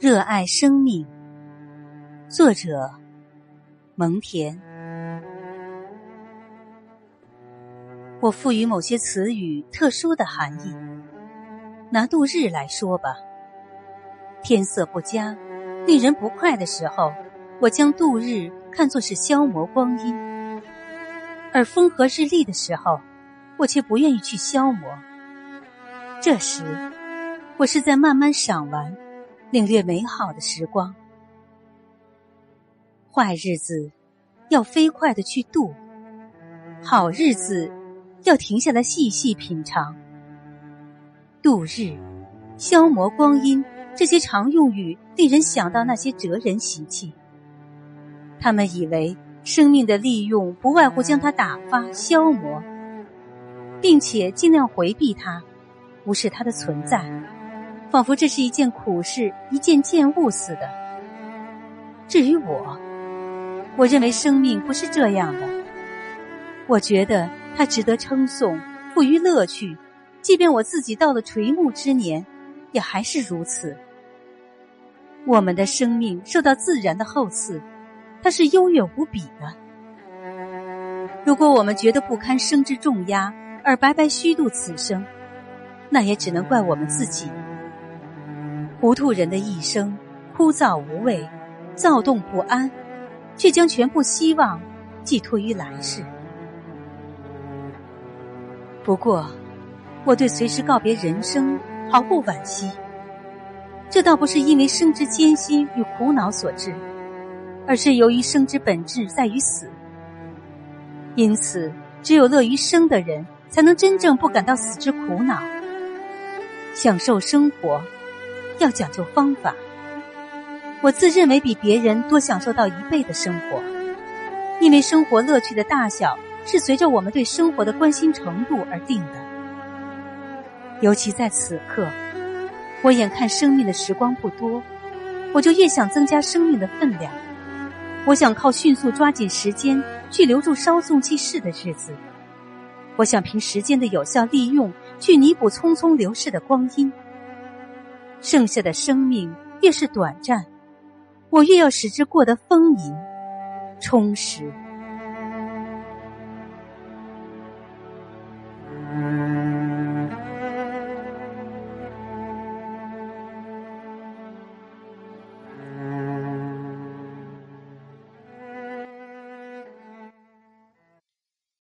热爱生命，作者蒙恬。我赋予某些词语特殊的含义。拿度日来说吧，天色不佳，令人不快的时候，我将度日看作是消磨光阴；而风和日丽的时候，我却不愿意去消磨。这时，我是在慢慢赏玩领略美好的时光。坏日子要飞快地去度，好日子要停下来细细品尝。度日、消磨光阴，这些常用语令人想到那些哲人习气。他们以为生命的利用不外乎将它打发、消磨，并且尽量回避它，无视它的存在，仿佛这是一件苦事，一件贱物似的。至于我认为生命不是这样的。我觉得它值得称颂，富于乐趣，即便我自己到了垂暮之年，也还是如此。我们的生命受到自然的厚赐，它是优越无比的。如果我们觉得不堪生之重压，而白白虚度此生，那也只能怪我们自己。糊涂人的一生枯燥无味，躁动不安，却将全部希望寄托于来世。不过，我对随时告别人生毫不惋惜。这倒不是因为生之艰辛与苦恼所致，而是由于生之本质在于死。因此，只有乐于生的人，才能真正不感到死之苦恼。享受生活，要讲究方法。我自认为比别人多享受到1倍的生活，因为生活乐趣的大小是随着我们对生活的关心程度而定的。尤其在此刻，我眼看生命的时光不多，我就越想增加生命的分量。我想靠迅速抓紧时间去留住稍纵即逝的日子，我想凭时间的有效利用去弥补匆匆流逝的光阴。剩下的生命越是短暂，我越要使之过得丰盈、充实。